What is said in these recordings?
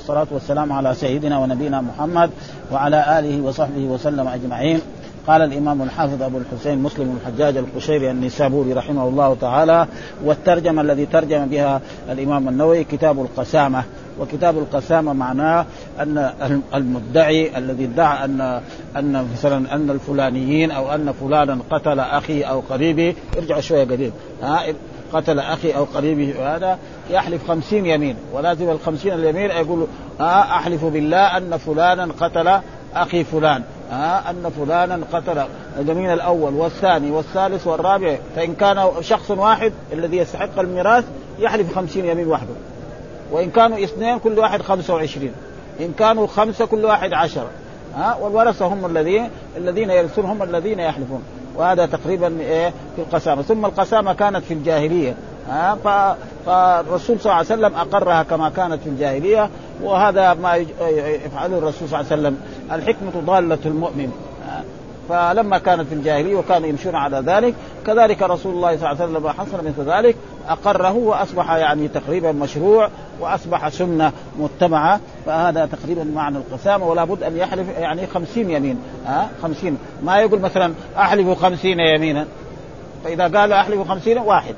والصلاة والسلام على سيدنا ونبينا محمد وعلى آله وصحبه وسلم أجمعين. قال الإمام الحافظ أبو الحسين مسلم بن الحجاج القشيري النيسابوري رحمه الله تعالى: والترجمة الذي ترجم بها الإمام النووي كتاب القسامة. وكتاب القسامة معناه أن المدعي الذي ادعى أن مثلا أن الفلانيين أو أن فلانا قتل أخي أو قريبي، ارجع شوية قديم، قتل أخي أو قريبي، هذا يحلف 50 يمين، ولازم 50 اليمين يقول أحلف بالله أن فلانا قتل أخي فلان، أن فلانا قتل اليمين الأول والثاني والثالث والرابع. فإن كان شخص واحد الذي يستحق الميراث يحلف 50 يمين وحده، وإن كانوا 2 كل واحد 25، إن كانوا 5 كل واحد 10. والورثة هم الذين يرثون، هم الذين يحلفون. وهذا تقريبا في القسامة. ثم القسامة كانت في الجاهلية، فالرسول صلى الله عليه وسلم أقرها كما كانت في الجاهلية، وهذا ما يفعله الرسول صلى الله عليه وسلم. الحكمة ضالة المؤمن، فلما كانت في الجاهلية وكانوا يمشون على ذلك، كذلك رسول الله صلى الله عليه وسلم حصل مثل ذلك أقره، وأصبح يعني تقريبا مشروع، وأصبح سنة متبعة. فهذا تقريبا معنى القسامة. ولا بد أن يحلف يعني 50 يمين، 50، ما يقول مثلا أحلف 50 يمينا، فإذا قال أحلف 50 واحد.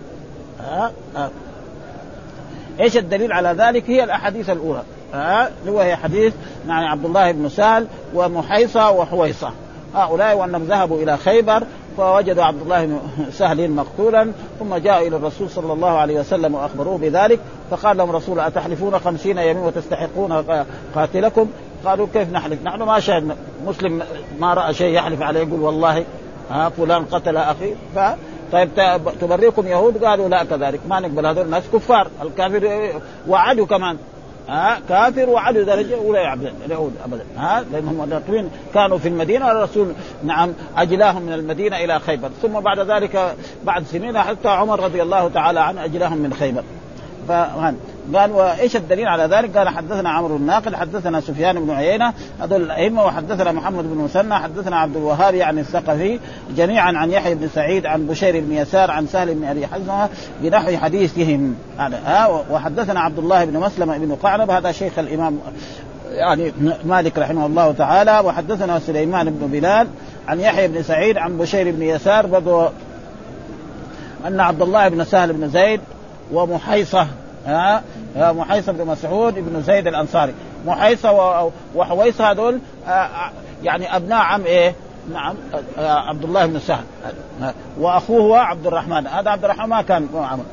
إيش الدليل على ذلك؟ هي الأحاديث الأولى، هي حديث يعني عبد الله بن سهل ومحيصة وحويصة، هؤلاء وأنهم ذهبوا إلى خيبر فوجدوا عبد الله بن سهل مقتولا، ثم جاءوا إلى الرسول صلى الله عليه وسلم وأخبروه بذلك، فقال لهم رسول: أتحلفون 50 يمين وتستحقون قاتلكم؟ قالوا: كيف نحلف؟ نحن ما شاهدنا مسلم ما رأى شيء يحلف عليه يقول والله فلان قتل أخي. طيب تبرئكم يهود؟ قالوا: لا كذلك، ما نقبل، هذول الناس كفار. الكافر وعدوا كمان، كافر وعدوا درجة ولا يعبد اليهود أبدا، لأنهم كانوا في المدينة، والرسول نعم أجلاهم من المدينة إلى خيبر، ثم بعد ذلك بعد سنين حتى عمر رضي الله تعالى عنه أجلاهم من خيبر. قال: وإيش الدليل على ذلك؟ قال: حدثنا عمرو الناقل، حدثنا سفيان بن عيينة، هذول الأئمة، وحدثنا محمد بن مثنى، حدثنا عبد الوهاب يعني الثقفي، جميعا عن يحيى بن سعيد عن بشير بن يسار عن سهل بن أبي حزمة بنحو حديثهم. وحدثنا عبد الله بن مسلم بن قعنب، هذا شيخ الإمام يعني مالك رحمه الله تعالى. وحدثنا سليمان بن بلال عن يحيى بن سعيد عن بشير بن يسار برضو أن عبد الله بن سهل بن زيد ومحيصة، محيصة بن مسعود بن زيد الأنصاري، محيصة وحويصة هذول يعني أبناء عم نعم عبد الله بن سهل، وأخوه هو عبد الرحمن. هذا عبد الرحمن ما كان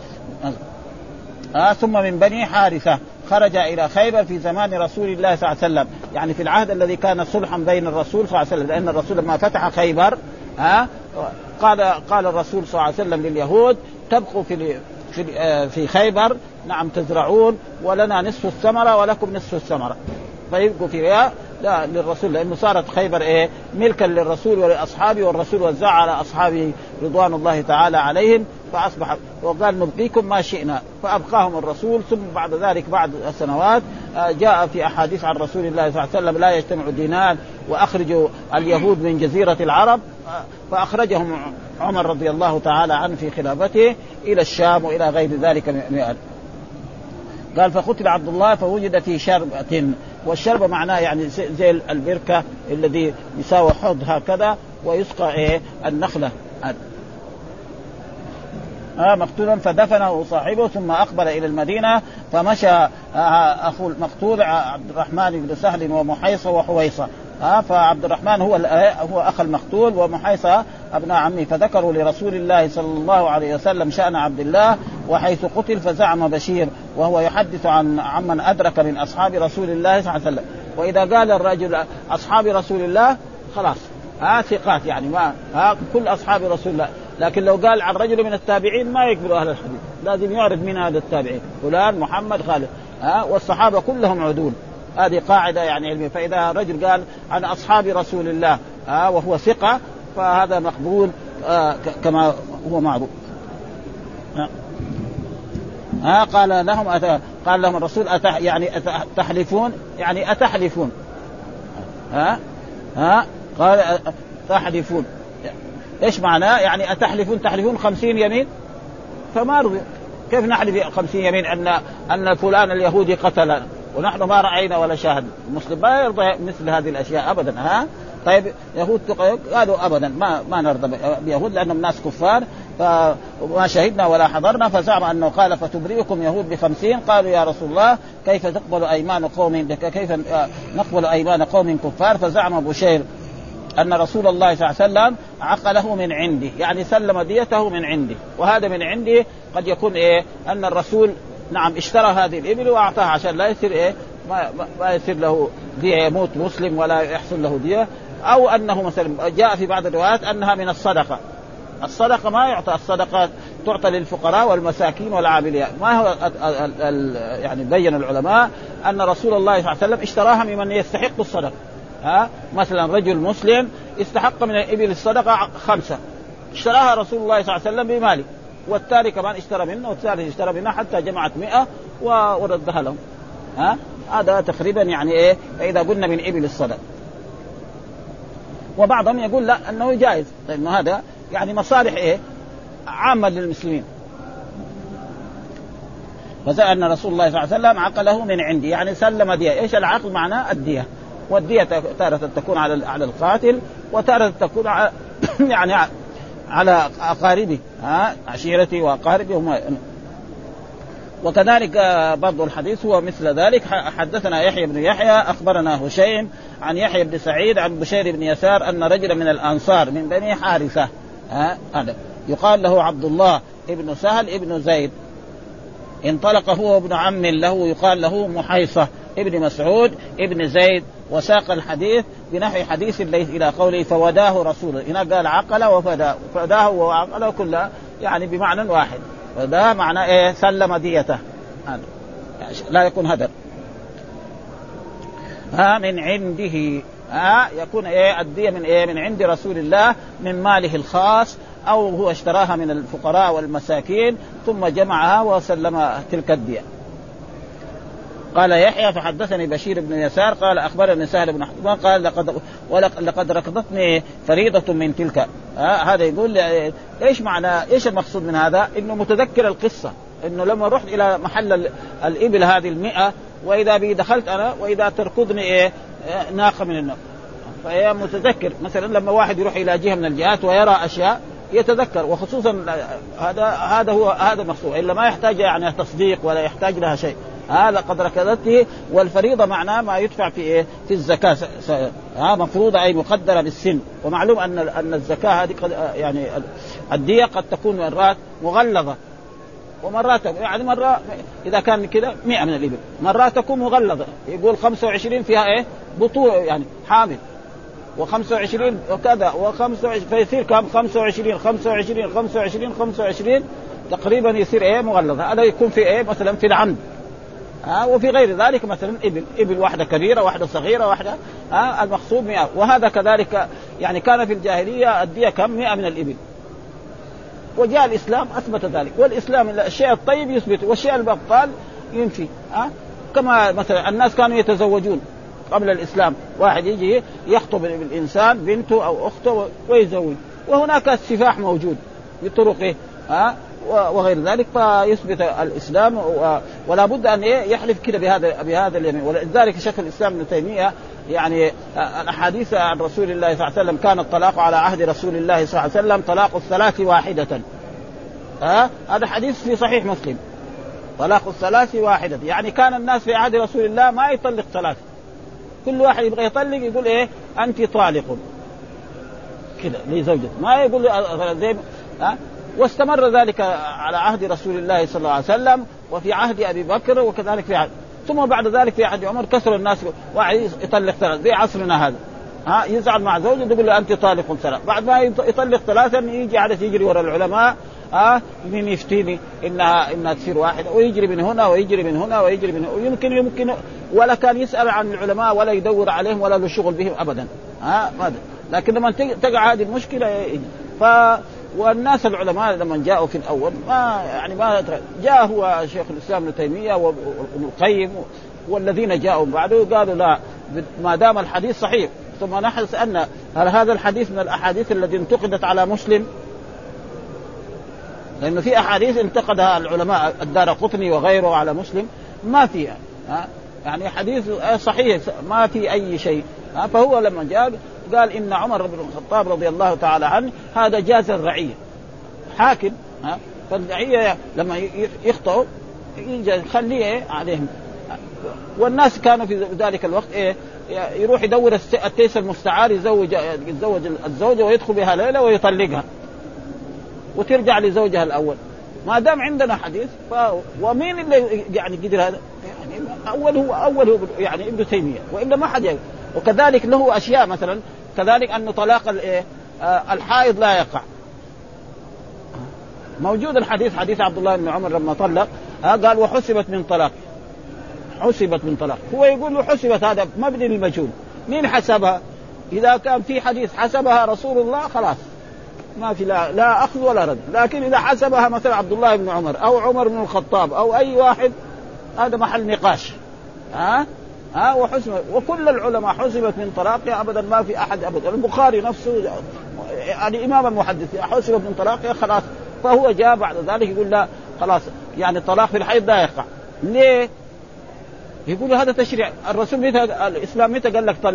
ثم من بني حارثة خرج إلى خيبر في زمان رسول الله صلى الله عليه وسلم، يعني في العهد الذي كان صلحا بين الرسول صلى الله عليه وسلم، لأن الرسول لما فتح خيبر قال الرسول صلى الله عليه وسلم لليهود: تبقوا في خيبر، نعم تزرعون، ولنا نصف الثمرة ولكم نصف الثمرة، فيبقوا فيها لا للرسول، لأنه صارت خيبر ملكا للرسول ولأصحابه، والرسول وزع على أصحابه رضوان الله تعالى عليهم، فأصبح وقال: نبقيكم ما شئنا، فأبقاهم الرسول. ثم بعد ذلك بعد سنوات جاء في أحاديث عن رسول الله صلى الله عليه وسلم: لا يجتمع دينان وأخرجوا اليهود من جزيرة العرب، فأخرجهم عمر رضي الله تعالى عنه في خلافته إلى الشام وإلى غير ذلك. قال: فقتل عبد الله فوجد في شربة، والشربة معناه يعني زي البركة الذي يساوي حوض هكذا ويسقى النخلة، مقتولا، فدفنه صاحبه ثم أقبل إلى المدينة، فمشى أخو المقتول عبد الرحمن بن سهل ومحيصة وحويصة، فعبد الرحمن هو أخ المقتول، ومحيصة ابن عمه، فذكروا لرسول الله صلى الله عليه وسلم شأن عبد الله وحيث قتل، فزعم بشير وهو يحدث عمن أدرك من أصحاب رسول الله صلى الله عليه وسلم. وإذا قال الرجل أصحاب رسول الله خلاص ثقات، يعني ما كل أصحاب رسول الله، لكن لو قال عن رجل من التابعين ما يقبلوا أهل الحديث، لازم يعرف من هذا التابعين، فلان محمد خالد، والصحابة كلهم عدول، هذه قاعدة يعني علمية. فإذا رجل قال عن أصحاب رسول الله وهو ثقة فهذا مقبول كما هو معروف. قال لهم الرسول: يعني تحلفون، يعني أتحلفون؟ قال: تحلفون. إيش معناه؟ يعني تحلفون 50 يمين؟ فما رضي. كيف نحلف 50 يمين أن فلان اليهودي قتل؟ ونحن ما رأينا ولا شاهد. المسلم ما يرضى مثل هذه الأشياء أبدا. طيب يهود قالوا أبدا ما نرضى بيهود لأنهم ناس كفار، فما شهدنا ولا حضرنا. فزعم أنه قال فتبرئكم يهود ب50. قالوا يا رسول الله كيف تقبل أيمان قوم، كيف نقبل أيمان قوم كفار؟ فزعم بشير أن رسول الله صلى الله عليه وسلم عقله من عنده، يعني سلم ديته من عنده. وهذا من عنده قد يكون أن الرسول نعم اشترى هذه الإبل وأعطاها عشان لا يصير ما يصير له دية، يموت مسلم ولا يحصل له دية. أو أنه مثلا جاء في بعض الروايات أنها من الصدقة. الصدقة ما يعطى، الصدقات تعطى للفقراء والمساكين والعاملين. ما هو يعني بين العلماء أن رسول الله صلى الله عليه وسلم اشتراها ممن يستحق الصدقة. مثلا رجل مسلم استحق من الإبل الصدقة 5، اشتراها رسول الله صلى الله عليه وسلم بماله، والثاني كمان اشترى منه، والثالث اشترى منه، حتى جمعت 100 وردها لهم. هذا تقريبا يعني إذا قلنا من إبل الصدقة. وبعضهم يقول لا أنه جائز، لأنه هذا يعني مصالح عامة للمسلمين. فزعل أن رسول الله صلى الله عليه وسلم عقله من عندي، يعني سلم دية. إيش العقل؟ معناه الدية. والدية تارة تكون على القاتل، وتارة تكون يعني على أقاربه، عشيرته وأقاربه هم. وكذلك برضو الحديث هو مثل ذلك. حدثنا يحيى بن يحيى أخبرنا هشيم عن يحيى بن سعيد عن بشير بن يسار أن رجلا من الأنصار من بني حارثة، هذا يقال له عبد الله ابن سهل ابن زيد، انطلق هو ابن عم له يقال له محيصة ابن مسعود ابن زيد، وساق الحديث بنحو حديث الليث إلى قوله فوداه رسوله. هنا قال عقل وفداه وعقله كلها يعني بمعنى واحد. وده معنى سلم ديته، لا يكون هدر. من عنده، يكون الدية من عند رسول الله من ماله الخاص، أو هو اشتراها من الفقراء والمساكين ثم جمعها وسلم تلك الدية. قال يحيى فحدثني بشير بن يسار قال أخبرني سهل بن حكمان قال لقد ركضتني فريضة من تلك. هذا يقول إيش معنى، إيش المقصود من هذا؟ إنه متذكر القصة، إنه لما رحت إلى محل الإبل هذه 100 وإذا بي دخلت أنا وإذا تركضني ناقة من النار. فهي متذكر. مثلا لما واحد يروح إلى جهة من الجهات ويرى أشياء يتذكر، وخصوصا هذا المقصود، إلا ما يحتاج يعني تصديق ولا يحتاج لها شيء. لقد ركضته. والفريضة معناه ما يدفع في الزكاة، مفروضة أي مقدرة بالسن. ومعلوم أن الزكاة هذه يعني الدية قد تكون مرات مغلظة ومرات يعني مرة إذا كان كده 100 من الإبل، مرات تكون مغلظة، يقول 25 فيها بطولة يعني حامل، و25 وكذا و25 فيصير كم 25 تقريبا يصير مغلظة. هذا يكون في مثلا في العمد، وفي غير ذلك مثلا إبل واحدة كبيرة واحدة صغيرة واحدة، المقصود 100. وهذا كذلك يعني كان في الجاهلية الدية كم 100 من الإبل، وجاء الإسلام أثبت ذلك. والإسلام الشيء الطيب يثبت والشيء البطال ينفي. كما مثلا الناس كانوا يتزوجون قبل الإسلام، واحد يجي يخطب الإنسان بنته أو أخته ويزوج، وهناك السفاح موجود بطرقه وغير ذلك، فيثبت الإسلام. ولا بد أن يحلف كده بهذا اليمين. ولذلك شيخ الإسلام ابن تيمية يعني الأحاديث عن رسول الله صلى الله عليه وسلم كان الطلاق على عهد رسول الله صلى الله عليه وسلم طلاق 3 واحدة. هذا حديث في صحيح مسلم، طلاق 3 واحدة، يعني كان الناس في عهد رسول الله ما يطلق 3، كل واحد يبغى يطلق يقول أنت طالق كده لزوجته، ما يقول زي واستمر ذلك على عهد رسول الله صلى الله عليه وسلم وفي عهد أبي بكر وكذلك في عهد، ثم بعد ذلك في عهد عمر كسر الناس، واحد يطلق 3 في عصرنا هذا، يزعل مع زوجته يقول له أنت طالق 3، بعد ما يطلق 3 يجي عادة يجري وراء العلماء من يفتيني إنها تصير واحدة، ويجري من هنا ويجري من هنا ويجري من هنا، ويمكن ولا كان يسأل عن العلماء ولا يدور عليهم ولا له شغل بهم أبدا. لكن لما تقع هذه المشكلة والناس العلماء لما جاءوا في الأول ما جاء هو شيخ الإسلام ابن تيمية وابن القيم والذين جاءوا بعده قالوا لا، ما دام الحديث صحيح. ثم نحن سألنا هل هذا الحديث من الأحاديث التي انتقدت على مسلم؟ لأنه في أحاديث انتقدها العلماء الدارقطني وغيره على مسلم ما فيها. يعني حديث صحيح ما في أي شيء. فهو لما جاء قال إن عمر بن الخطاب رضي الله تعالى عنه هذا جاز الرعية حاكم، فالرعية لما يخطئوا خليه عليهم. والناس كانوا في ذلك الوقت يروح يدور التيس المستعار يتزوج الزوجة ويدخل بها ليلة ويطلقها وترجع لزوجها الأول. ما دام عندنا حديث ومين اللي يعني قدر هذا؟ يعني أول هو يعني ابن تيمية، وإلا ما حد يقول. وكذلك له أشياء مثلا كذلك أن طلاق الحائض لا يقع. موجود الحديث حديث عبد الله بن عمر لما طلق قال وحسبت من طلاق، حسبت من طلاق. هو يقول وحسبت هذا مبني للمجهول، مين حسبها؟ إذا كان في حديث حسبها رسول الله خلاص ما في لا أخذ ولا رد. لكن إذا حسبها مثلا عبد الله بن عمر أو عمر بن الخطاب أو أي واحد هذا محل نقاش. وحسبت، وكل العلماء حسبت من طلاقها أبدا ما في أحد أبدا. البخاري نفسه يعني إمام المحدث حسبت من طلاقها خلاص. فهو جاء بعد ذلك يقول لا خلاص يعني الطلاق في الحيض لا يقع. ليه؟ يقول هذا تشريع الرسول. متى الإسلام متى قال لك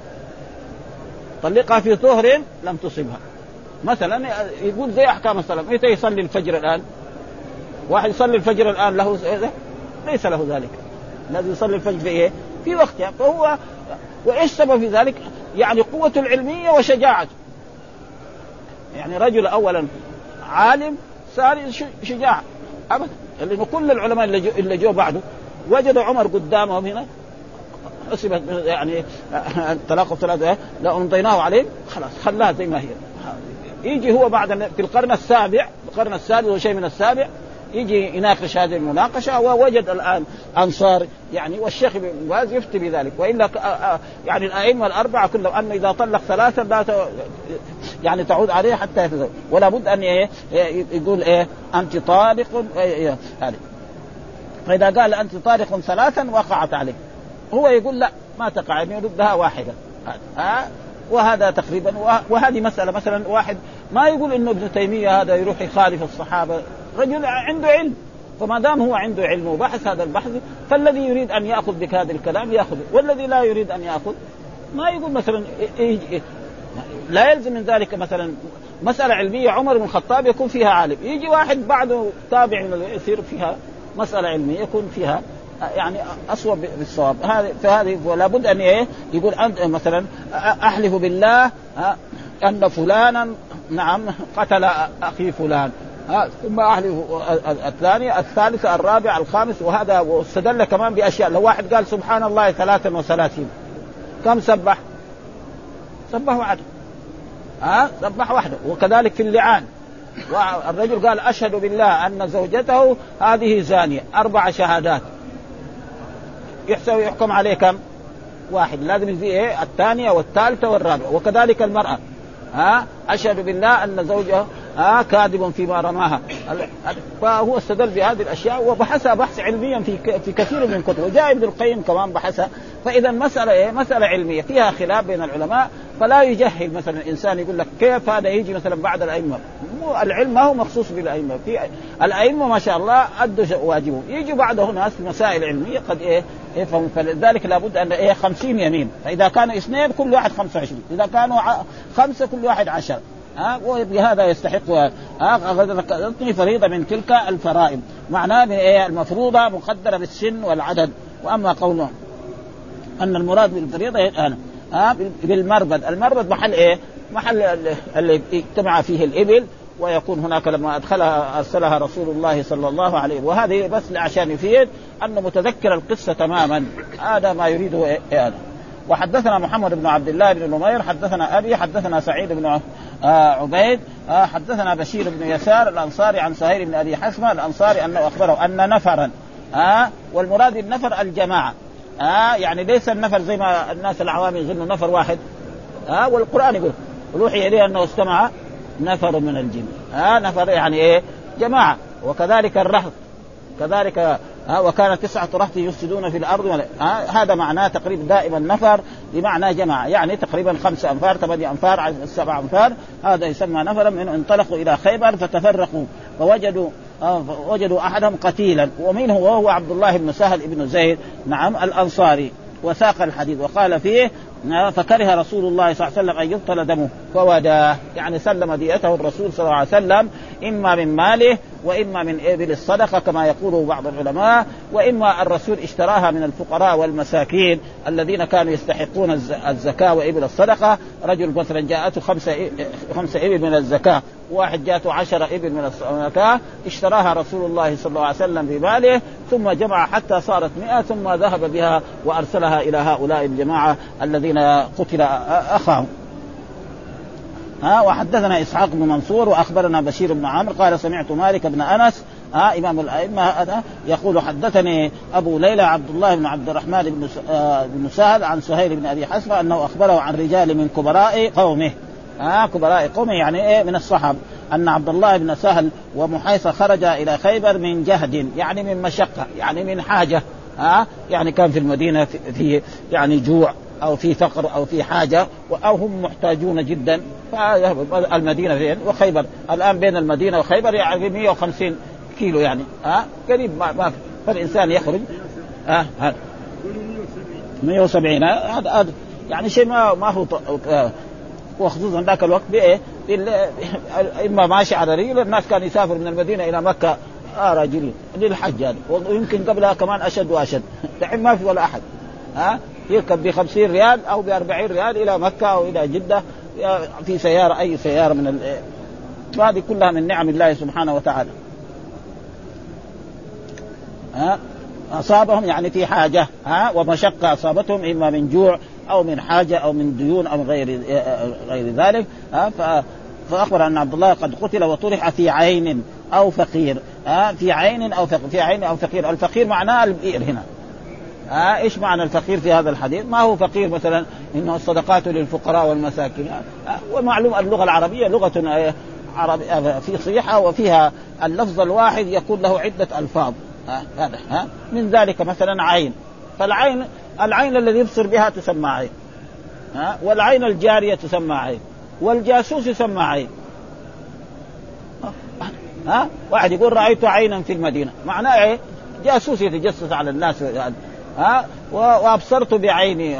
طلقها في طهر لم تصبها؟ مثلا يقول زي أحكام الصلاة، متى يصلي الفجر الآن؟ واحد يصلي الفجر الآن له ليس له ذلك، الذي يصلي الفجر في إيه؟ في وقتها. فهو وإيش سبب في ذلك؟ يعني قوة العلمية وشجاعته. يعني رجل أولا عالم، ثاني شجاع أبدا. لأن كل العلماء اللي جو بعده وجدوا عمر قدامهم هنا حسبت يعني طلاق الثلاثة لو أمضيناه عليه خلاص خلاها زي ما هي. يجي هو بعد في القرن السادس وشيء من السابع يجي يناقش هذه المناقشة، ووجد الآن أنصار يعني والشيخ ابن باز يفتي بذلك. وإلا يعني الأئمة الأربعة كلهم أن إذا طلق ثلاثة لا يعني تعود عليه حتى يتزوج، ولا بد أن يقول أنت طالق يعني. فإذا قال أنت طالق ثلاثا وقعت عليه، هو يقول لا ما تقع، يردها واحدة. وهذا تقريبا. وهذه مسألة مثلا واحد ما يقول إنه ابن تيمية هذا يروح يخالف الصحابة، رجل عنده علم. فما دام هو عنده علم وبحث هذا البحث، فالذي يريد أن يأخذ بهذا الكلام يأخذ، والذي لا يريد أن يأخذ ما يقول مثلا لا يلزم من ذلك. مثلا مسألة علمية عمر بن الخطاب يكون فيها عالم، يجي واحد بعده تابع يصير فيها مسألة علمية يكون فيها يعني أصوب بالصواب. فهذه ولا بد أن يقول أنت مثلا أحلف بالله أن فلانا نعم قتل أخي فلان، ثم أحلف الثاني الثالث الرابع الخامس. وهذا واستدل كمان بأشياء. لو واحد قال سبحان الله 33 كم سبح واحد، سبح واحدة. وكذلك في اللعان، والرجل قال أشهد بالله أن زوجته هذه زانية 4 شهادات، يحكم عليه كم؟ واحد. لازم يزيه الثانية والثالثة والرابعة. وكذلك المرأة أشهد بالله أن زوجها كاذب فيما رماها. فهو استدل بهذه الأشياء وبحثها بحث علميا في كثير من كتب، وجاء ابن القيم كمان بحثها. فإذا مسألة علمية فيها خلاف بين العلماء، فلا يجهل مثلا الإنسان يقول لك كيف هذا يجي مثلا بعد الأئمة. العلم ما هو مخصوص بالأئمة، في الأئمة ما شاء الله أدوا واجبهم، يجي بعده ناس في مسائل علمية قد يفهم. فلذلك لابد أن 50 يمين، فإذا كان 2 كل واحد 25، إذا كانوا 5 كل واحد 10. وبهذا يستحق غضبتني فريضة من تلك الفرائض. معناه المفروضة مقدرة بالسن والعدد. وأما قوله أن المراد بالفريضة بالمربد، المربد محل محل اللي اجتمع فيه الإبل، ويكون هناك لما أرسلها رسول الله صلى الله عليه. وهذه بس عشان يفيد أنه متذكر القصة تماما، هذا ما يريده هذا. وحدثنا محمد بن عبد الله بن نمير حدثنا أبي حدثنا سعيد بن عبيد حدثنا بشير بن يسار الأنصاري عن سهير بن أبي حسمة الأنصاري أنه أخبره أن نفرا والمراد النفر الجماعة يعني ليس النفر زي ما الناس العوام يظنوا نفر واحد. والقرآن يقول وحي إليه أنه استمع نفر من الجن. نفر يعني جماعة. وكذلك الرهط كذلك وكان 9 رهط يفسدون في الأرض. هذا معناه تقريبا دائما نفر بمعنى جماعة، يعني تقريبا 5 أنفار 8 أنفار 7 أنفار. هذا يسمى نفرا من انطلقوا إلى خيبر فتفرقوا فوجدوا وجدوا أحدهم قتيلا ومنه وهو عبد الله بن سهل بن زيد نعم الأنصاري، وساق الحديث وقال فيه فكره رسول الله صلى الله عليه وسلم أن يبطل دمه فوداه، يعني سلم ديته الرسول صلى الله عليه وسلم إما من ماله وإما من إبل الصدقة كما يقول بعض العلماء، وإما الرسول اشتراها من الفقراء والمساكين الذين كانوا يستحقون الزكاة وإبل الصدقة. رجل مثلا جاءته 5 إبل من الزكاة، واحد جاءته 10 إبل من الزكاة، اشتراها رسول الله صلى الله عليه وسلم بماله ثم جمع حتى صارت 100 ثم ذهب بها وأرسلها إلى هؤلاء الجماعة الذين قتل أخاهم. وحدثنا إسحاق بن منصور وأخبرنا بشير بن عامر قال سمعت مالك بن أنس إمام الأئمة هذا يقول حدثني أبو ليلى عبد الله بن عبد الرحمن بن سهل عن سهيل بن أبي حسبة أنه أخبره عن رجال من كبراء قومه كبراء قومه يعني من الصحابة أن عبد الله بن سهل ومحيصة خرجا إلى خيبر من جهد يعني من مشقة يعني من حاجة يعني كان في المدينة في يعني جوع أو في فقر أو في حاجة أو هم محتاجون جدا فيذهب المدينة فين وخيبر الآن بين المدينة وخيبر يعني 150 كيلو يعني قريب ما فالإنسان يخرج 170 هذا يعني شيء ما هو وخصوصا ذاك الوقت بإيه إما ماشي على رجل الناس كان يسافر من المدينة إلى مكة راجلين للحج يعني ويمكن قبلها كمان أشد وأشد دحين ما في ولا أحد يركب ب50 ريال أو ب40 ريال إلى مكة أو إلى جدة في سيارة أي سيارة من هذه كلها من نعم الله سبحانه وتعالى. أصابهم يعني في حاجة ومشقة أصابتهم إما من جوع أو من حاجة أو من ديون أو غير ذلك فأخبر أن عبد الله قد قتل وطرح في عين أو فقير في عين أو فقير. الفقير معناه البئر هنا إيش معنى الفقير في هذا الحديث؟ ما هو فقير مثلا إنه الصدقات للفقراء والمساكين ومعلوم اللغة العربية لغة عربية في صيحة وفيها اللفظ الواحد يكون له عدة ألفاظ هذا من ذلك مثلا عين، فالعين العين الذي يبصر بها تسمى عين والعين الجارية تسمى عين والجاسوس يسمى عين واحد يقول رأيت عينا في المدينة معناه إيه؟ جاسوس يتجسس على الناس وأبصرت بعيني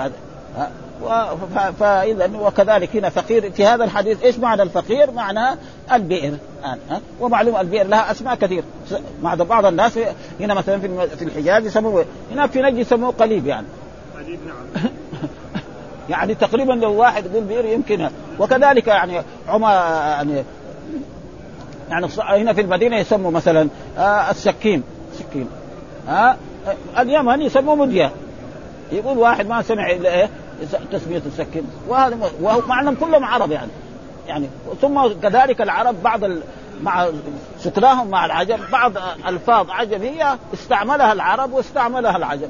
فإذا وكذلك هنا فقير في هذا الحديث. إيش معنى الفقير؟ معناه البئر ومعلوم البئر لها أسماء كثير. بعض الناس هنا مثلا في الحجاز يسموه هنا في نجد يسموه قليب يعني يعني تقريبا لو واحد يقول بئر يمكن وكذلك يعني يعني هنا في المدينة يسموا مثلا السكين سكين اليمن يسموه مدية. يقول واحد ما سمع إلا إيه تسمية السكين وهذا وهو معنى كلهم عرب يعني ثم كذلك العرب بعض مع سكناهم مع العجم بعض ألفاظ عجمية استعملها العرب واستعملها العجم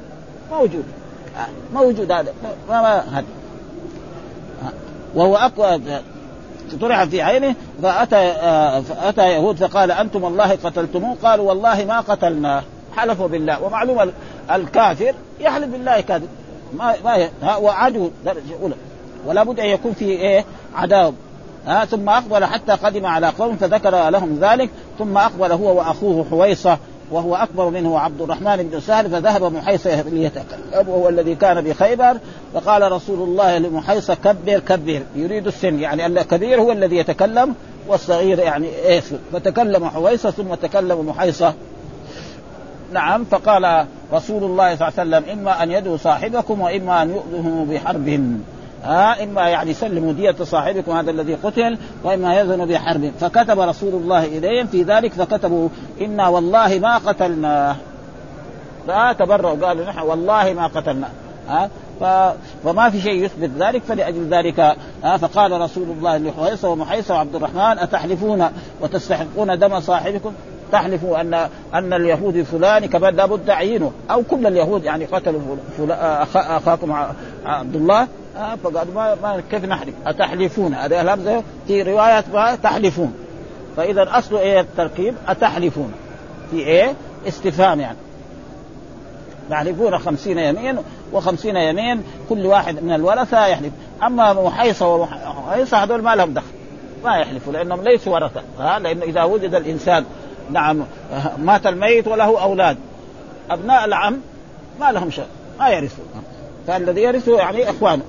موجود هذا هذا وهو أقوى طرح في عينه فأتى يهود فقال أنتم الله قتلتموه قالوا والله ما قتلنا حلفوا بالله. ومعلوم الكافر يحلف بالله كاذب ما وعدو درجة أولى ولا بد أن يكون في إيه عداوة ثم أقبل حتى قدم على قوم فذكر لهم ذلك ثم أقبل هو وأخوه حويصة وهو أكبر منه عبد الرحمن بن سهل فذهب محيصة ليتكلم وهو الذي كان بخيبر فقال رسول الله لمحيصة كبر يريد السن يعني الكبير هو الذي يتكلم والصغير يعني يسكت فتكلم حويصة ثم تكلم محيصة نعم. فقال رسول الله صلى الله عليه وسلم إما أن يدعو صاحبكم وإما أن يؤذه بحرب إما يعني سلموا دية صاحبكم هذا الذي قتل وإما يأذن بحرب. فكتب رسول الله إليهم في ذلك فكتبوا إنا والله ما قتلنا تبرأوا قالوا نحن والله ما قتلنا فما في شيء يثبت ذلك. فلأجل ذلك فقال رسول الله لحويصة ومحيصة وعبد الرحمن أتحلفون وتستحقون دم صاحبكم تحلفوا أن اليهود فلان كمان لابد تعيينه أو كل اليهود يعني قتلوا أخاكم عبد الله فقالوا ما كيف نحلف أتحلفون هذا لفظه في رواية تحلفون. فإذا أصل إيه التركيب أتحلفون في إيه استفهام يعني يحلفون 50 يمين و50 يمين كل واحد من الورثة يحلف. أما محيصة هذول ما لهم دخل ما يحلفوا لأنهم ليسوا ورثة لأنه إذا وجد الإنسان نعم مات الميت وله أولاد، أبناء العم ما لهم شيء، ما يرثوا، فالذي يرثوا يعني إخوانه.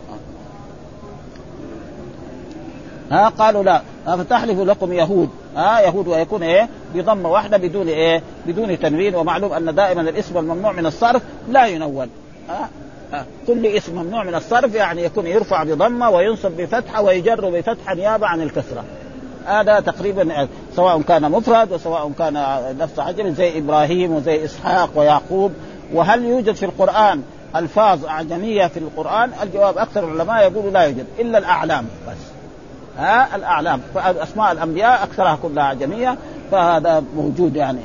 قالوا لا فتحلف لكم يهود، يهود، ويكون بضمة واحدة بدون تنوين. ومعلوم أن دائما الاسم الممنوع من الصرف لا ينون. كل اسم ممنوع من الصرف يعني يكون يرفع بضمة وينصب بفتحة ويجر بفتحة نيابة عن الكسرة. هذا تقريبا سواء كان مفرد وسواء كان نفس عجل، زي إبراهيم وزي إسحاق ويعقوب. وهل يوجد في القرآن ألفاظ أعجمية في القرآن؟ الجواب أكثر العلماء يقولوا لا يوجد إلا الأعلام بس. الأعلام، فأسماء الأنبياء أكثرها كلها أعجمية، فهذا موجود يعني.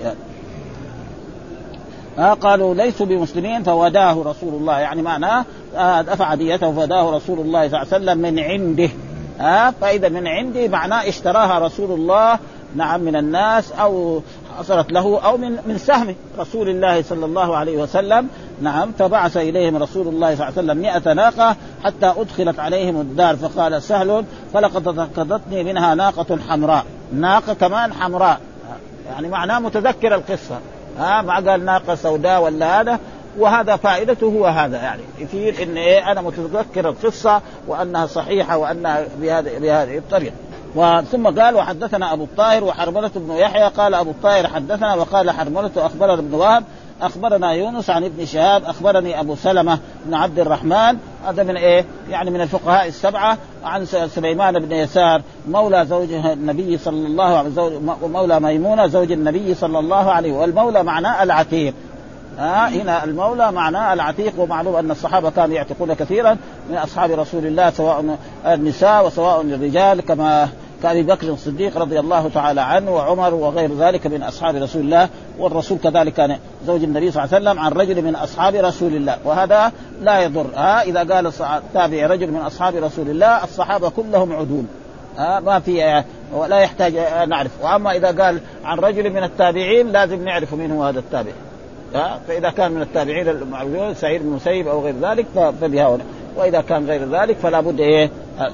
قالوا ليسوا بمسلمين فوداه رسول الله، يعني معناه دفع ديته فوداه رسول الله صلى الله عليه وسلم من عنده. فإذا من عنده معناه اشتراها رسول الله نعم من الناس، أو حصلت له، أو من سهم رسول الله صلى الله عليه وسلم نعم. فبعث إليهم رسول الله صلى الله عليه وسلم 100 ناقة حتى أدخلت عليهم الدار. فقال سهل فلقد تذكرتني منها ناقة حمراء، ناقة كمان حمراء، يعني معناه متذكر القصة. ما قال ناقة سوداء ولا هذا. وهذا فائدته هو هذا، يعني يفيد إن أنا متذكر القصة وأنها صحيحة وأنها بهذه الطريقة. ثم قال وحدثنا أبو الطاهر وحرملة بن يحيى. قال أبو الطاهر حدثنا، وقال حرملة أخبرنا ابن وهب أخبرنا يونس عن ابن شهاب أخبرني أبو سلمة بن عبد الرحمن، هذا من يعني من الفقهاء السبعة، عن سليمان بن يسار مولى زوج النبي صلى الله عليه وسلم، ومولى ميمونة زوج النبي صلى الله عليه وسلم. والمولى معناه العتيق. هنا المولى معناه العتيق. ومعلوم أن الصحابة كانوا يعتقون كثيرا من أصحاب رسول الله، سواء النساء وسواء الرجال، كما كأبي بكر الصديق رضي الله تعالى عنه وعمر وغير ذلك من أصحاب رسول الله. والرسول كذلك كان زوج النبي صلى الله عليه وسلم عن رجل من أصحاب رسول الله، وهذا لا يضر. إذا قال التابع رجل من أصحاب رسول الله، الصحابة كلهم عدول، ما في ولا يحتاج نعرف. وأما إذا قال عن رجل من التابعين لازم نعرف من هو هذا التابع. فإذا كان من التابعين المعروفين سعيد بن المسيب أو غير ذلك فبها، وإذا كان غير ذلك فلا بد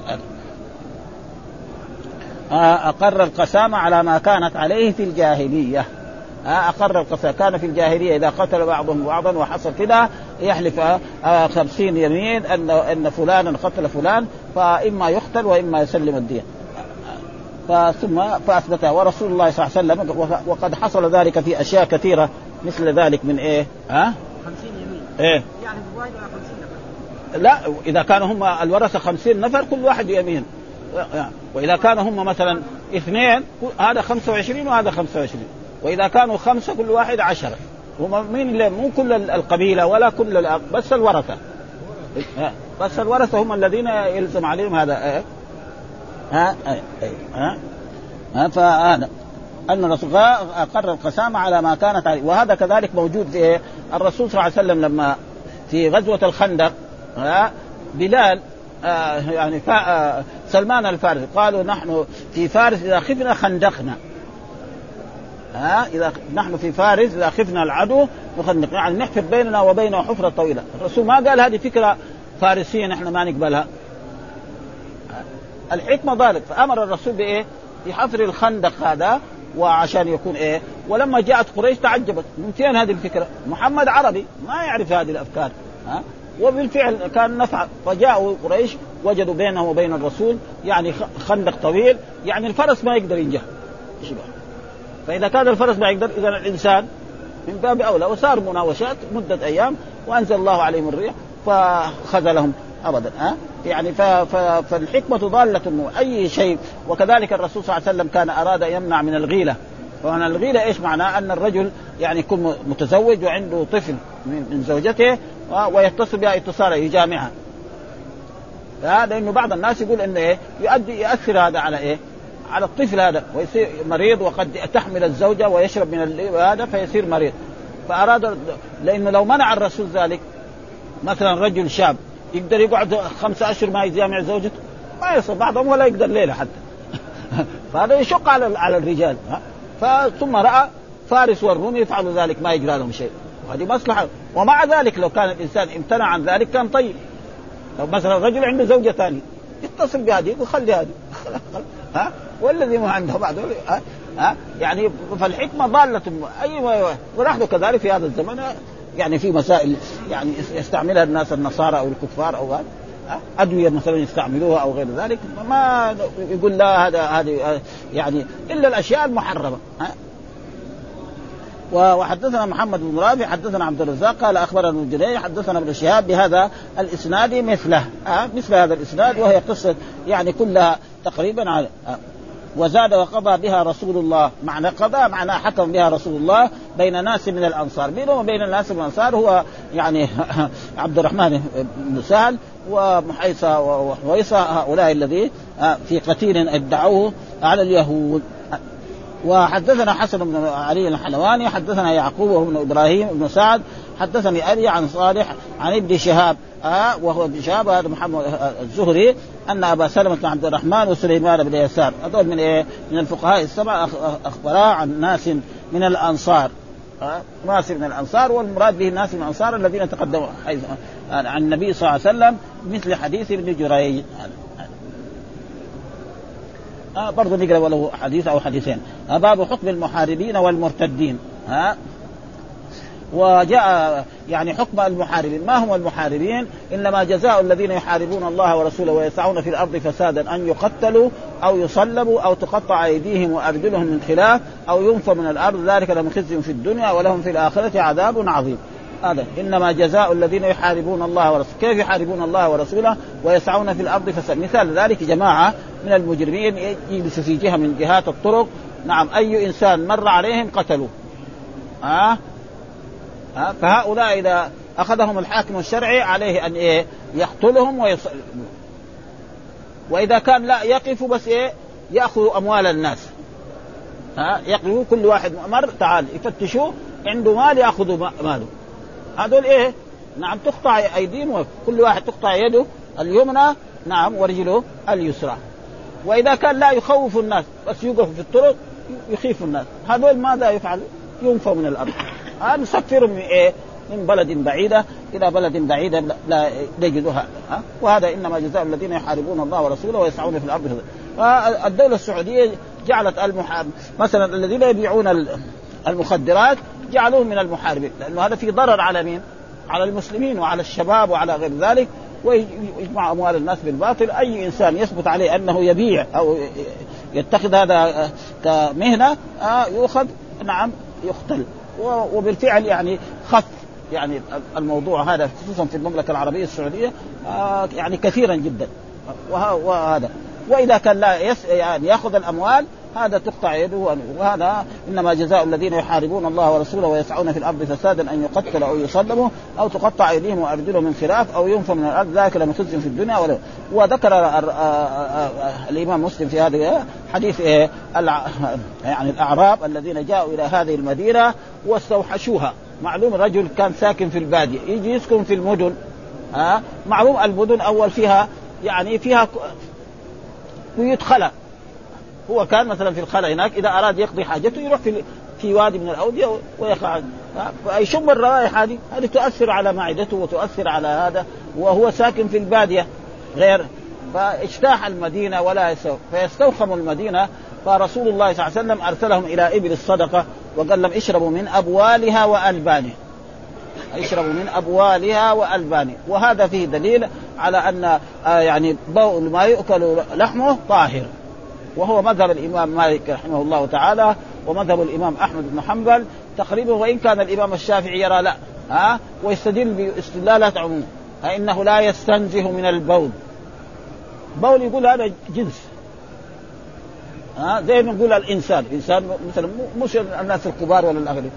أقر القسامة على ما كانت عليه في الجاهلية. أقر القسامة، كان في الجاهلية إذا قتل بعضهم بعضا وحصل كده يحلف 50 يمين أن فلانا قتل فلان، فإما يقتل وإما يسلم الدية. ثم فأثبتها ورسول الله صلى الله عليه وسلم. وقد حصل ذلك في أشياء كثيرة مثل ذلك من 50 يمين يعني بواحد 50 نفر. لا، إذا كانوا هم الورثة 50 نفر كل واحد يمين، وإذا كانوا هم مثلا 2 هذا 25 وهذا 25، وإذا كانوا 5 كل واحد 10. هم مين؟ مو كل القبيلة ولا كل بس الورثة، بس الورثة هم الذين يلزم عليهم هذا. فهذا أن الرسول أقر القسامة على ما كانت عليه. وهذا كذلك موجود في الرسول صلى الله عليه وسلم لما في غزوة الخندق. بلال يعني سلمان الفارسي قالوا نحن في فارس إذا خفنا خندقنا. إذا نحن في فارس إذا خفنا العدو نخندق، يعني نحفر بيننا وبينه حفرة طويلة. الرسول ما قال هذه فكرة فارسية نحن ما نقبلها، الحكمة ذلك. فأمر الرسول بحفر الخندق هذا، وعشان يكون ولما جاءت قريش تعجبت من فين هذه الفكرة، محمد عربي ما يعرف هذه الأفكار. وبالفعل كان نفع. فجاءوا قريش وجدوا بينه وبين الرسول يعني خندق طويل، يعني الفرس ما يقدر ينجح. فإذا كان الفرس ما يقدر، إذا الإنسان من باب أولى. وصار مناوشات مدة أيام وأنزل الله عليهم الريح فخذلهم أبدا. يعني فالحكمة ضالة أي شيء. وكذلك الرسول صلى الله عليه وسلم كان أراد يمنع من الغيلة. وأن الغيلة إيش معناه؟ أن الرجل يعني يكون متزوج وعنده طفل من زوجته ويتصل بها اتصالا يجامعها. لأنه بعض الناس يقول إنه يؤثر هذا على على الطفل هذا ويصير مريض، وقد تحمل الزوجة ويشرب من هذا فيصير مريض. فأراد، لأنه لو منع الرسول ذلك مثلا رجل شاب يقدر يقعد 5 أشهر ما يجامع زوجته، ما يصير بعضهم ولا يقدر ليلة حتى. فهذا يشق على الرجال. ثم رأى فارس والروم يفعلوا ذلك ما يجرى لهم شيء، وهذه مصلحة. ومع ذلك لو كان الإنسان امتنع عن ذلك كان طيب. لو مثلا رجل عنده زوجة ثانية يتصل بهذه ويخلي هذه والذي ما عنده بعد يعني فالحكمة ضالة ونحن كذلك في هذا الزمن يعني في مسائل يعني يستعملها الناس النصارى أو الكفار أو أدوية مثلا يستعملوها أو غير ذلك، ما يقول لا هذه يعني إلا الأشياء المحرمة. وحدثنا محمد بن رافع حدثنا عبد الرزاق قال أخبرنا ابن جريج حدثنا ابن شهاب بهذا الإسناد مثله مثل هذا الإسناد، وهي قصة يعني كلها تقريبا على وزاد وقضى بها رسول الله. معنى قضى معنى حكم بها رسول الله بين ناس من الأنصار. بينهم وبين الناس من الأنصار هو يعني عبد الرحمن بن سهل ومحيصة وحويصة، هؤلاء الذي في قتيل ادعوه على اليهود. وحدثنا حسن بن علي الحلواني حدثنا يعقوب وابن إبراهيم بن سعد حدثني أبي عن صالح عن ابن شهاب وهو ابن شهاب هذا محمد الزهري أن أبا سلمة بن عبد الرحمن وسليمان بن يسار هذول من الفقهاء السبعة أخبرا عن ناس من الأنصار ناس من الأنصار، والمراد به الناس من الأنصار الذين تقدموا عن النبي صلى الله عليه وسلم مثل حديث ابن جريج. برضو نقرأ ولو حديث أو حديثين. باب حكم المحاربين والمرتدين. وجاء يعني حكم المحاربين. ما هم المحاربين؟ إنما جزاء الذين يحاربون الله ورسوله ويسعون في الأرض فسادا أن يقتلوا أو يصلبوا أو تقطع أيديهم وأرجلهم من خلاف أو ينفوا من الأرض، ذلك لهم خزي في الدنيا ولهم في الآخرة عذاب عظيم. هذا إنما جزاء الذين يحاربون الله ورسوله. كيف يحاربون الله ورسوله ويسعون في الأرض فسادا؟ مثال ذلك جماعة من المجرمين يجلسوا في جهة من جهات الطرق، نعم، أي إنسان مر عليهم قتلوه. فهؤلاء إذا أخذهم الحاكم الشرعي عليه أن يقتلهم وإذا كان لا يقفوا بس يأخذوا أموال الناس. يقفوا كل واحد مر تعال يفتشوا عنده مال يأخذوا ماله. هذول نعم تقطع أيديهم، كل واحد تقطع يده اليمنى نعم ورجله اليسرى. وإذا كان لا يخوف الناس بس يوقف في الطرق يخيف الناس، هذول ماذا يفعل؟ ينفوا من الأرض. نسفرهم من بلد بعيدة إلى بلد بعيدة لا يجدها. وهذا إنما جزاء الذين يحاربون الله ورسوله ويسعون في الأرض. الدولة السعودية جعلت مثلا الذين يبيعون المخدرات جعلوهم من المحاربين، لأنه هذا في ضرر على مين؟ على المسلمين وعلى الشباب وعلى غير ذلك، ويجمع أموال الناس بالباطل. أي إنسان يثبت عليه أنه يبيع أو يتخذ هذا كمهنة يؤخذ نعم يقتل. وبالفعل يعني خف يعني الموضوع هذا خصوصا في المملكة العربية السعودية يعني كثيرا جدا. وهذا وإذا كان لا يعني يأخذ الأموال هذا تقطع يده. وهذا إنما جزاء الذين يحاربون الله ورسوله ويسعون في الأرض فسادا أن يقتلوا أو يصلبوا أو تقطع أيديهم وأرجلهم من خلاف أو ينفوا من الأرض، ذلك لهم خزي في الدنيا. وذكر الإمام مسلم في هذا حديث يعني الأعراب الذين جاءوا إلى هذه المدينة واستوحشوها. معلوم رجل كان ساكن في البادية يجي يسكن في المدن. معلوم المدن أول فيها يعني فيها بيوت خلا. هو كان مثلا في الخلا هناك إذا أراد يقضي حاجته يروح في وادي من الأودية ويقعد، فيشم الروائح هذه تؤثر على معدته وتؤثر على هذا، وهو ساكن في البادية غير. فاجتاح المدينة ولا فيستوخموا المدينة. فرسول الله صلى الله عليه وسلم أرسلهم إلى إبل الصدقة وقال لهم اشربوا من أبوالها وألبانها. اشربوا من أبوالها وألبانها. وهذا فيه دليل على أن يعني بول ما يؤكل لحمه طاهر، وهو مذهب الإمام مالك رحمه الله تعالى ومذهب الإمام أحمد بن حنبل تقريبا، وإن كان الإمام الشافعي يرى لا ويستدل باستدلالات عموم إنه لا يستنزه من البول. بول يقول هذا جنس زي ما نقول الإنسان مثلا مش الناس الكبار ولا الأغلب.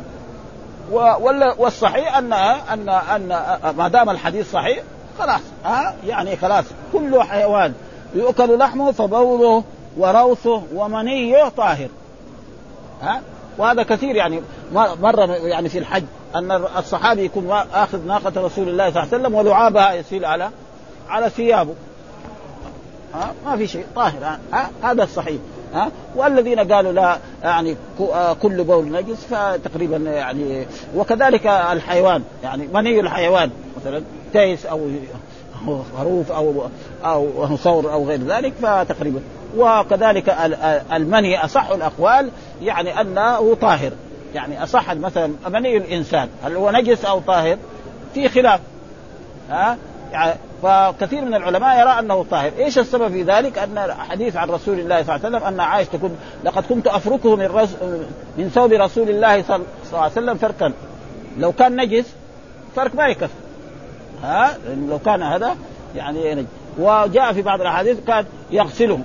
والصحيح أن ما دام الحديث صحيح خلاص يعني خلاص كل حيوان يؤكل لحمه فبوله وروثه ومنيه طاهر. وهذا كثير يعني مرة يعني في الحج أن الصحابي يكون آخذ ناقة رسول الله صلى الله عليه وسلم ولعابها يسيل على ثيابه ما في شيء طاهر. هذا الصحيح. والذين قالوا لا يعني كل بول نجس فتقريبا يعني. وكذلك الحيوان يعني مني الحيوان مثلا تيس أو خروف أو ثور أو غير ذلك فتقريبا. وكذلك المني أصح الأقوال يعني أنه طاهر، يعني أصح مثلا مني الإنسان هل هو نجس أو طاهر في خلاف يعني فكثير من العلماء يرى أنه طاهر. إيش السبب في ذلك؟ أن حديث عن رسول الله صلى الله عليه وسلم أن عائشة تقول لقد كنت أفركه من ثوب رسول الله صلى الله عليه وسلم فركا، لو كان نجس فرك ما يكفي لو كان هذا يعني نجس. وجاء في بعض الأحاديث كان يغسله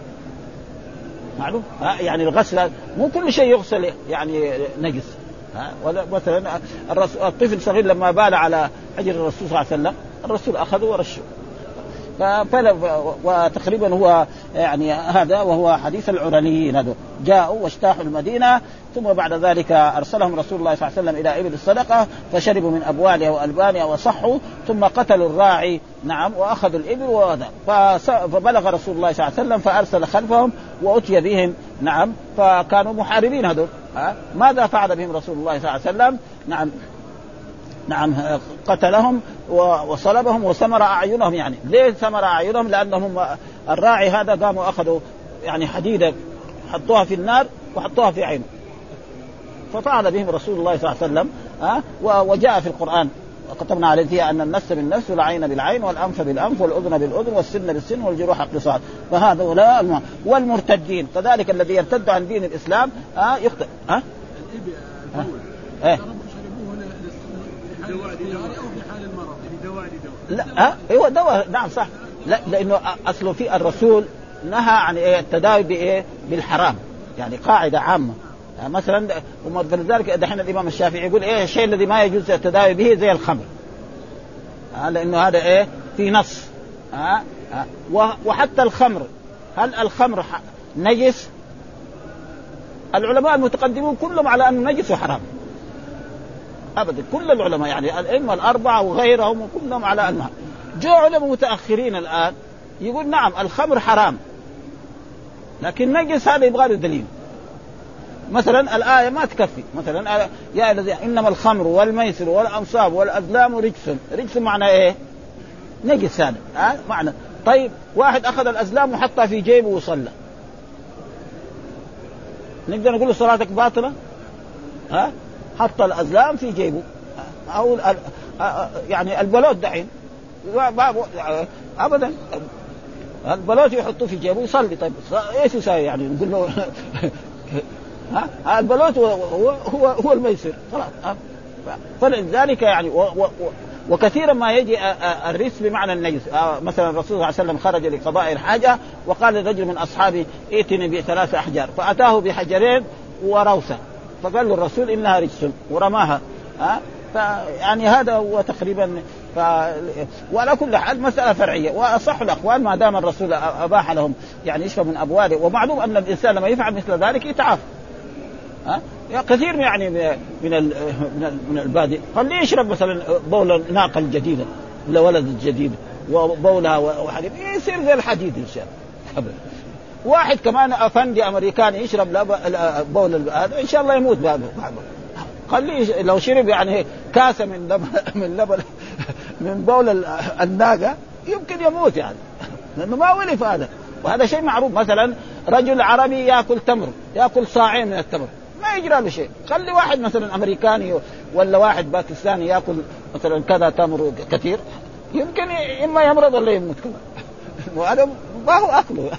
معلوم يعني الغسل مو كل شيء يغسل يعني نجس ولا مثلا الطفل الصغير لما بال على حجر الرسول صلى الله عليه وسلم الرسول أخذه ورشه وتقريبا هو يعني هذا وهو حديث العرنيين هذا جاءوا واجتاحوا المدينة ثم بعد ذلك أرسلهم رسول الله صلى الله عليه وسلم إلى إبل الصدقة فشربوا من أبوالها وألبانها وصحوا ثم قتلوا الراعي نعم وأخذوا الإبل وهذا فبلغ رسول الله صلى الله عليه وسلم فأرسل خلفهم وأتي بهم نعم فكانوا محاربين هذول ماذا فعل بهم رسول الله صلى الله عليه وسلم؟ نعم قتلهم وصلبهم وسمر أعينهم. يعني ليه سمر أعينهم؟ لأنهم الراعي هذا قاموا أخذوا يعني حديدة حطوها في النار وحطوها في عينه ففعل بهم رسول الله صلى الله عليه وسلم وجاء في القرآن وكتبنا عليه فيها أن النفس بالنفس والعين بالعين والأنف بالأنف والأذن بالأذن والسن بالسن والجروح قصاص. فهذا ولا والمرتدين كذلك الذي يرتد عن دين الإسلام يقتل لا ايوه دواء نعم صح لا لانه اصله في الرسول نهى عن التداوي بالحرام يعني قاعده عامه مثلا ولذلك دحين الامام الشافعي يقول الشيء الذي ما يجوز التداوي به زي الخمر لانه هذا في نص وحتى الخمر هل الخمر نجس؟ العلماء المتقدمون كلهم على انه نجس وحرام أبدا كل العلماء يعني الأئمة الأربعة وغيرهم كلهم على أنها. جو علماء متأخرين الآن يقول نعم الخمر حرام لكن نجس هذا يبغى له دليل. مثلا الآية ما تكفي مثلا يا الذي إنما الخمر والميسر والأنصاب والأزلام رجس معنى إيه؟ نجس هذا معنى. طيب واحد أخذ الأزلام وحطها في جيبه وصلى نقدر نقول صلاتك باطلة؟ حط الأزلام في جيبه أو يعني البلوت دحين أبدا البلوت يحطوه في جيبه يصلي. طيب إيش يساوي يعني نقول له البلوت هو الميسر خلاص. فلذلك يعني وكثيرا ما يجي الرجس بمعنى النجس. مثلا الرسول صلى الله عليه وسلم خرج لقضاء الحاجة وقال لرجل من أصحابه ائتني ب3 أحجار فأتاه بحجرين وروثة فقال له الرسول إنها رجس ورماها يعني هذا هو تقريبا وعلى كل حال مسألة فرعية. وأصح الأقوال ما دام الرسول أباح لهم يعني يشرب من أبواله ومعلوم أن الإنسان لما يفعل مثل ذلك يتعافى كثير يعني من البادئ خليه يشرب مثلا بول ناقة جديدة ولا ولد جديد وبولها وحديد يصير زي الحديد إن شاء الله. واحد كمان أفندي أمريكاني يشرب بول هذا إن شاء الله يموت بعده خليه لو شرب يعني كاسة من لبن من بول الناقة يمكن يموت يعني لأنه ما ولف هذا. وهذا شيء معروف. مثلا رجل عربي يأكل تمر يأكل صاعين من التمر ما يجرى له شيء. خلي واحد مثلا أمريكاني ولا واحد باكستاني يأكل مثلا كذا تمر كثير يمكن إما يمرض ولا يموت وهذا ما هو أكله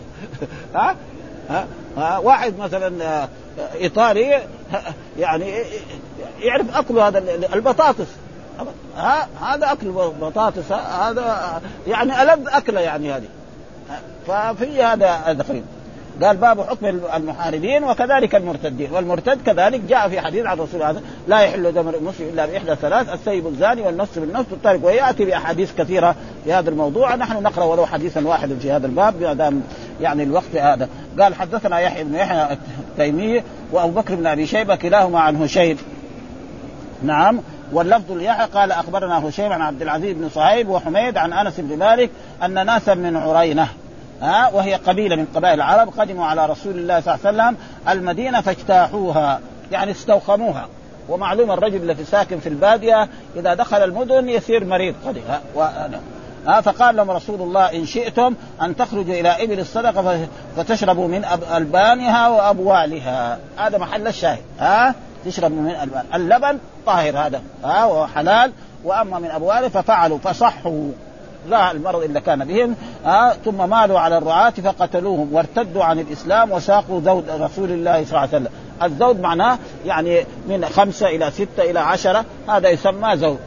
واحد مثلا إيطالي يعني يعرف أكله هذا البطاطس هذا أكل بطاطس هذا يعني ألذ أكله يعني هذه. ففي هذا تقريبا قال باب حكم المحاربين وكذلك المرتدين. والمرتد كذلك جاء في حديث عن الرسول هذا لا يحل دم المسلم إلا بإحدى 3 السيب الزاني والنص بالنص والطارق. ويأتي بأحاديث كثيرة في هذا الموضوع نحن نقرأ ولو حديثا واحدا في هذا الباب بعد يعني الوقت هذا. قال حدثنا يحيى بن يحيى التيمي وأبو بكر بن أبي شيبة كلاهما عن هشيم نعم واللفظ ليحيى قال أخبرنا هشيم عن عبد العزيز بن صهيب وحميد عن أنس بن مالك أن ناسا من عرينة وهي قبيلة من قبائل العرب قدموا على رسول الله صلى الله عليه وسلم المدينة فاجتاحوها يعني استوخموها. ومعلوم الرجل الذي ساكن في البادية إذا دخل المدن يصير مريض فقال لهم رسول الله إن شئتم أن تخرجوا إلى إبل الصدقة فتشربوا من ألبانها وأبوالها. هذا محل الشاهد. تشربوا من ألبان اللبن طاهر هذا وحلال، وأما من أبواله ففعلوا فصحوا لا المرض إلا كان بهم. ثم مالوا على الرعاة فقتلوهم وارتدوا عن الإسلام وساقوا ذود رسول الله صلى الله عليه وسلم. الذود معناه يعني من 5 إلى 6 إلى 10 هذا يسمى ذود.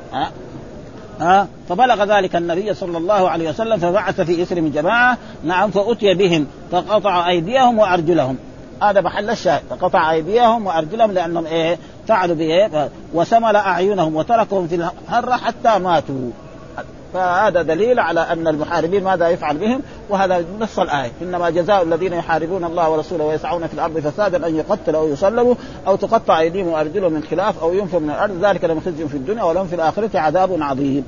فبلغ ذلك النبي صلى الله عليه وسلم فبعث في إثر من جماعة فأتي بهم فقطع أيديهم وأرجلهم. هذا محل الشاهد، فقطع أيديهم وأرجلهم لأنهم فعلوا به وسمل أعينهم وتركهم في الهرة حتى ماتوا. فهذا دليل على أن المحاربين ماذا يفعل بهم، وهذا نص الآية إنما جزاء الذين يحاربون الله ورسوله ويسعون في الأرض فسادا أن يقتلوا أو يصلبوا أو تقطع أيديهم وأرجلهم من خلاف أو ينفوا من الأرض ذلك لهم خزي في الدنيا ولهم في الآخرة عذاب عظيم.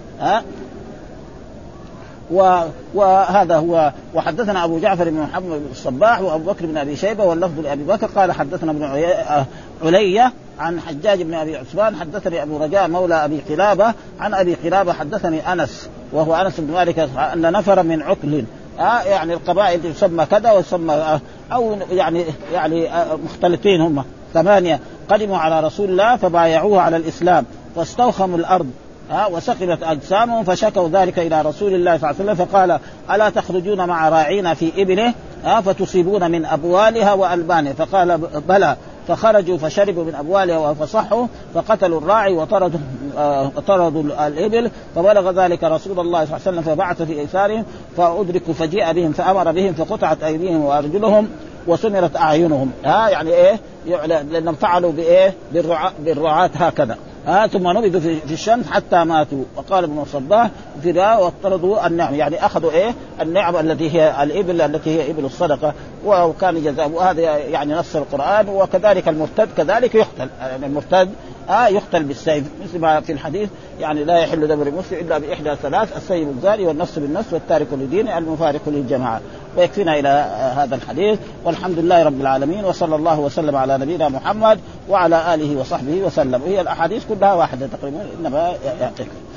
وهذا هو. وحدثنا أبو جعفر بن محمد بن الصباح وأبو بكر بن أبي شيبة واللفظ لأبي بكر قال حدثنا ابن علية عن حجاج بن أبي عثمان حدثني أبو رجاء مولى أبي قلابة عن أبي قلابة حدثني أنس وهو أنس بن مالك أن نفر من عكل يعني القبائل تسمى كذا ويسمى أو يعني مختلفين هم 8 قدموا على رسول الله فبايعوه على الإسلام فاستوخموا الأرض وسقطت أجسامهم فشكوا ذلك إلى رسول الله صلى الله عليه وسلم فقال ألا تخرجون مع راعينا في إبله فتصيبون من أبوالها وألبانها فقال بلى فخرجوا فشربوا من أبوالها وفصحوا فقتلوا الراعي وطردوا الإبل فبلغ ذلك رسول الله صلى الله عليه وسلم فبعث في إيثارهم فأدركوا فجيء بهم فأمر بهم فقطعت أيديهم وأرجلهم وسمرت أعينهم يعني لأنهم فعلوا بالرعاة هكذا ثم نبذوا في الشمس حتى ماتوا. وقال ابن الصباح في رواية واطردوا النعم يعني أخذوا النعم التي هي الإبل التي هي إبل الصدقة وكان جزاء. وهذا يعني نص القرآن. وكذلك المرتد كذلك يقتل يعني المرتد يقتل بالسيف مثل ما في الحديث يعني لا يحل دم المسلم إلا بإحدى 3 السيب الزاني والنص بالنص والتارك لدينه المفارق للجماعة. ويكفينا إلى هذا الحديث والحمد لله رب العالمين وصلى الله وسلم على نبينا محمد وعلى آله وصحبه وسلم. وهي الأحاديث كلها واحدة تقريبا إنما يعطيك